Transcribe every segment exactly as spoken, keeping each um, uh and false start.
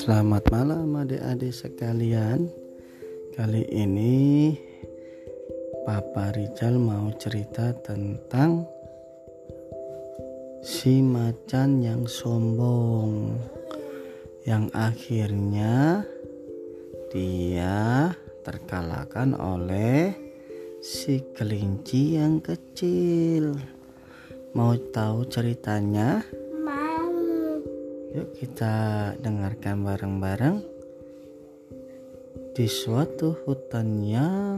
Selamat malam adik-adik sekalian. Kali ini Papa Rizal mau cerita tentang si macan yang sombong, yang akhirnya dia terkalahkan oleh si kelinci yang kecil. Mau tahu ceritanya? Yuk kita dengarkan bareng-bareng. Di suatu hutan yang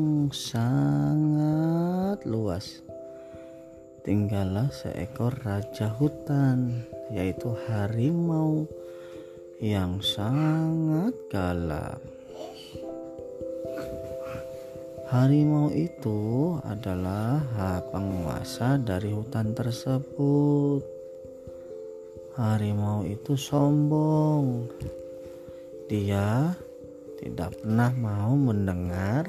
sangat luas, tinggallah seekor raja hutan, yaitu harimau yang sangat galak. Harimau itu adalah penguasa dari hutan tersebut. Harimau itu sombong. Dia tidak pernah mau mendengar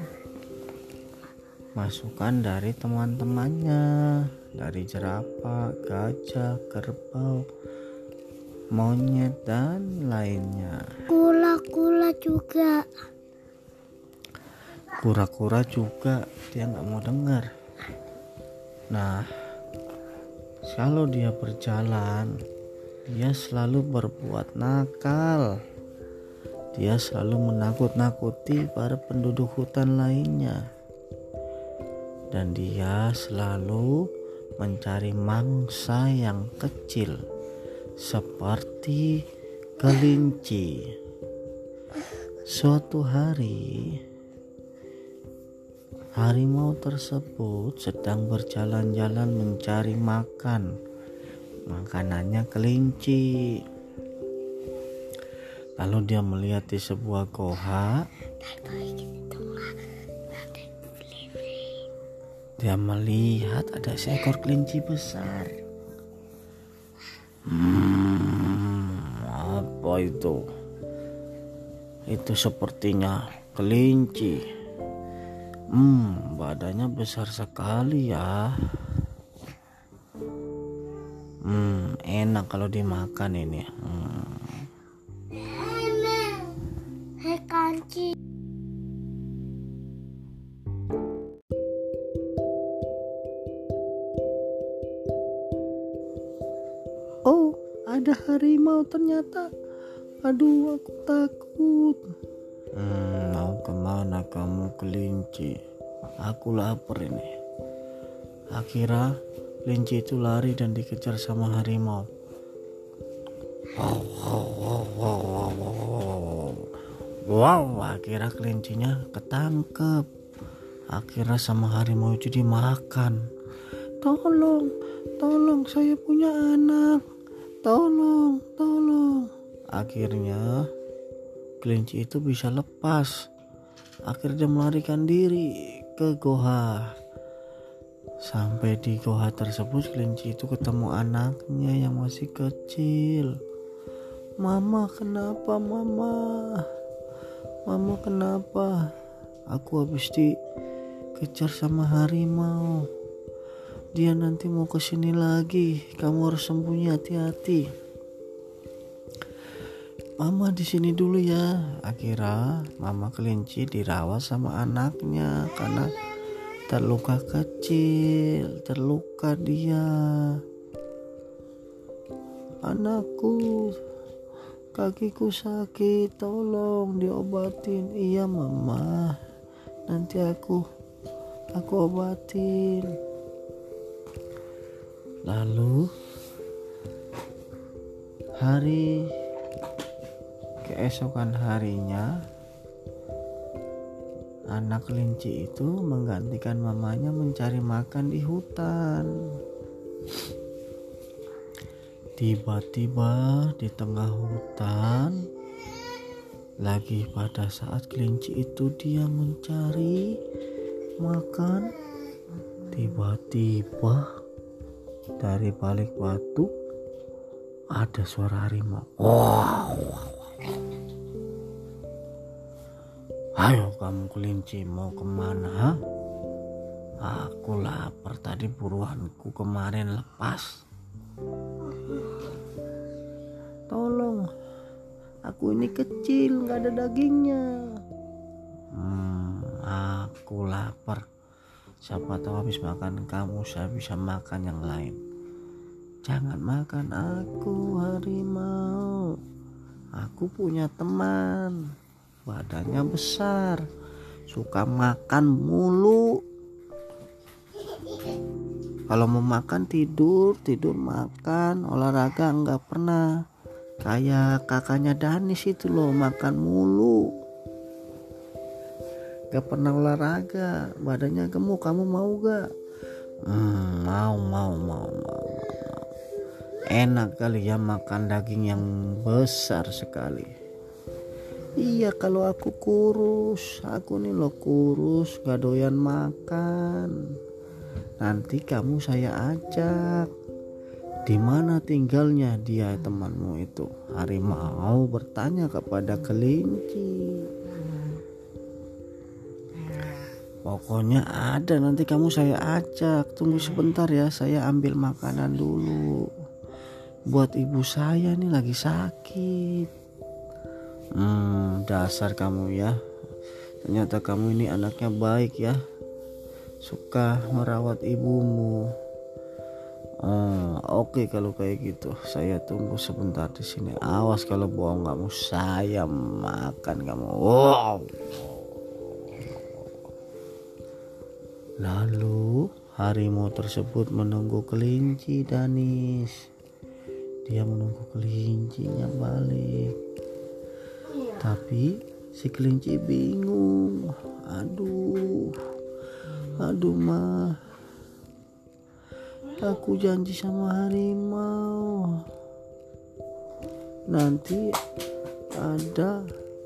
masukan dari teman-temannya, dari jerapah, gajah, kerbau, monyet, dan lainnya. Kura-kura juga. Kura-kura juga dia nggak mau dengar. Nah, kalau dia berjalan, dia selalu berbuat nakal. Dia selalu menakut-nakuti para penduduk hutan lainnya. Dan dia selalu mencari mangsa yang kecil seperti kelinci. Suatu hari, harimau tersebut sedang berjalan-jalan mencari makan. Makanannya kelinci. Lalu dia melihat di sebuah goa. Dia melihat ada seekor kelinci besar. Hmm, apa itu? Itu sepertinya kelinci. Hmm, badannya besar sekali ya. Hmm, enak kalau dimakan ini. Hmm. Hei kanci. Oh, ada harimau ternyata. Aduh, aku takut. Hmm, mau kemana kamu kelinci? Aku lapar ini. Akhirnya kelinci itu lari dan dikejar sama harimau. Wow, wow, wow, wow, wow, wow. Wow, akhirnya kelincinya ketangkep. Akhirnya sama harimau itu dimakan. Tolong, tolong, saya punya anak. Tolong, tolong. Akhirnya kelinci itu bisa lepas. Akhirnya dia melarikan diri ke goa. Sampai di goa tersebut, kelinci itu ketemu anaknya yang masih kecil. Mama, kenapa mama? Mama kenapa? Aku habis dikejar sama harimau. Dia nanti mau kesini lagi. Kamu harus sembunyi, hati-hati. Mama di sini dulu ya. Akhirnya mama kelinci dirawat sama anaknya karena terluka kecil, terluka dia. Anakku, kakiku sakit, tolong diobatin. Iya mama, nanti aku aku obatin. Lalu hari keesokan harinya, anak kelinci itu menggantikan mamanya mencari makan di hutan. Tiba-tiba di tengah hutan, lagi pada saat kelinci itu dia mencari makan, tiba-tiba dari balik batu ada suara harimau. Wow. Ayo kamu kelinci, mau kemana? Aku lapar, tadi buruanku kemarin lepas. Tolong, Aku ini kecil, nggak ada dagingnya. Hmm, aku lapar. Siapa tahu habis makan kamu saya bisa makan yang lain. Jangan makan aku, harimau. Aku punya teman, badannya besar, suka makan mulu. Kalau mau makan tidur, tidur makan, olahraga enggak pernah. Kayak kakaknya Danis itu loh, makan mulu. Gak pernah olahraga, badannya gemuk. Kamu mau gak? Hmm, mau, mau, mau, mau, mau. Enak kali ya makan daging yang besar sekali. Iya, kalau aku kurus, aku nih loh kurus, gak doyan makan. Nanti kamu saya ajak. Di mana tinggalnya dia temanmu itu? Harimau bertanya kepada kelinci. Pokoknya ada, nanti kamu saya ajak. Tunggu sebentar ya, saya ambil makanan dulu. Buat ibu saya nih lagi sakit. Hmm, dasar kamu ya. Ternyata kamu ini anaknya baik ya. Suka merawat ibumu. Oh, oke okay, kalau kayak gitu. Saya tunggu sebentar di sini. Awas kalau bohong kamu, saya makan kamu. Wow. Lalu harimau tersebut menunggu kelinci Danis. Dia menunggu kelincinya balik. Tapi si kelinci bingung. Aduh, aduh mah. Aku janji sama harimau. Nanti ada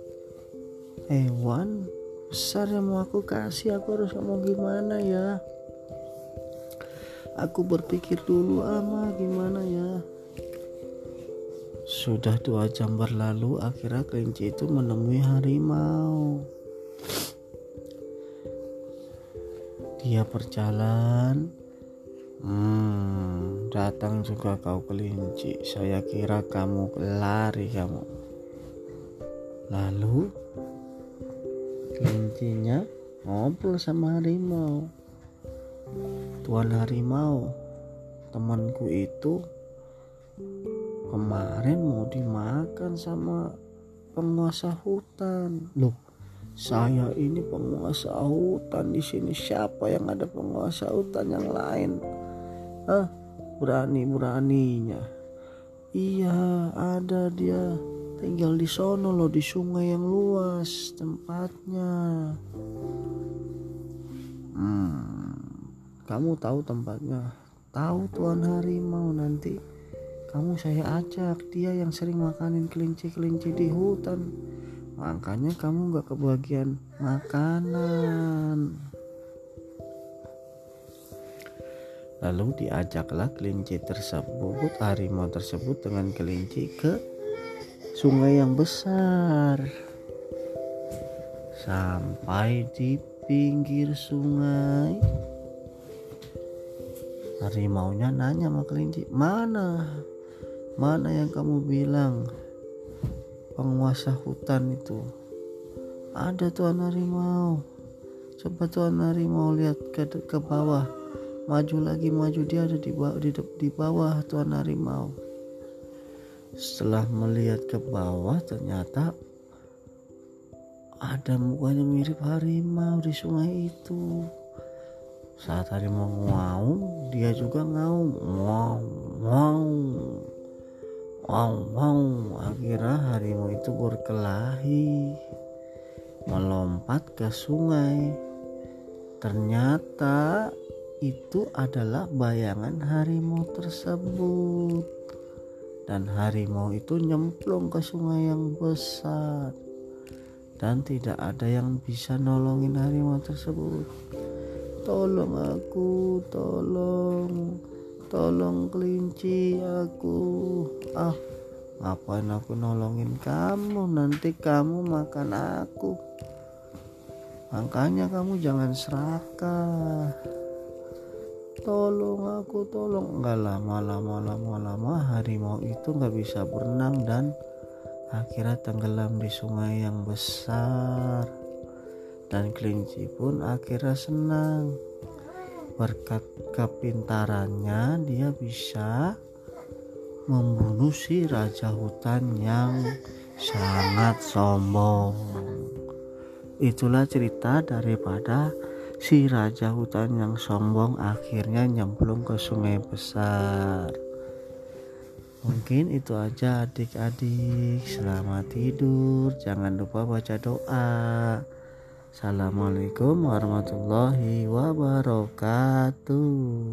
hewan besar yang mau aku kasih, aku harus ngomong gimana ya? Aku berpikir dulu ama gimana ya. Sudah dua jam berlalu, akhirnya kelinci itu menemui harimau. Dia berjalan. Hmm, datang juga kau kelinci. Saya kira kamu lari kamu. Lalu kelincinya ngobrol sama harimau. Tuan harimau, temanku itu kemarin mau dimakan sama penguasa hutan. Loh, saya ini penguasa hutan di sini. Siapa yang ada penguasa hutan yang lain? Ah, berani-beraninya. Iya, ada dia. Tinggal di sono loh, di sungai yang luas tempatnya. Hmm, kamu tahu tempatnya? Tahu Tuan harimau, nanti kamu saya ajak. Dia yang sering makanin kelinci-kelinci di hutan. Makanya kamu gak kebagian makanan. Lalu diajaklah kelinci tersebut, harimau tersebut dengan kelinci ke sungai yang besar. Sampai di pinggir sungai, harimaunya nanya sama kelinci, mana mana yang kamu bilang penguasa hutan itu? Ada Tuan harimau. Coba Tuan harimau lihat ke, ke bawah. Maju lagi, maju. Dia ada di bawah, di, di bawah Tuan harimau. Setelah melihat ke bawah, ternyata ada mukanya mirip harimau di sungai itu. Saat harimau ngaum, dia juga ngaum. Wow, wow, wow, wow. Akhirnya harimau itu berkelahi, melompat ke sungai. Ternyata itu adalah bayangan harimau tersebut. Dan harimau itu nyemplung ke sungai yang besar. Dan tidak ada yang bisa nolongin harimau tersebut. Tolong aku, tolong, tolong kelinci aku. Ah, ngapain aku nolongin kamu? Nanti kamu makan aku. Makanya kamu jangan serakah. Tolong aku, tolong. Enggak lama, lama, lama, lama harimau itu nggak bisa berenang dan akhirnya tenggelam di sungai yang besar. Dan kelinci pun akhirnya senang. Berkat kepintarannya dia bisa membunuh si raja hutan yang sangat sombong. Itulah cerita daripada si raja hutan yang sombong akhirnya nyemplung ke sungai besar. Mungkin itu aja adik-adik. Selamat tidur. Jangan lupa baca doa. Assalamualaikum warahmatullahi wabarakatuh.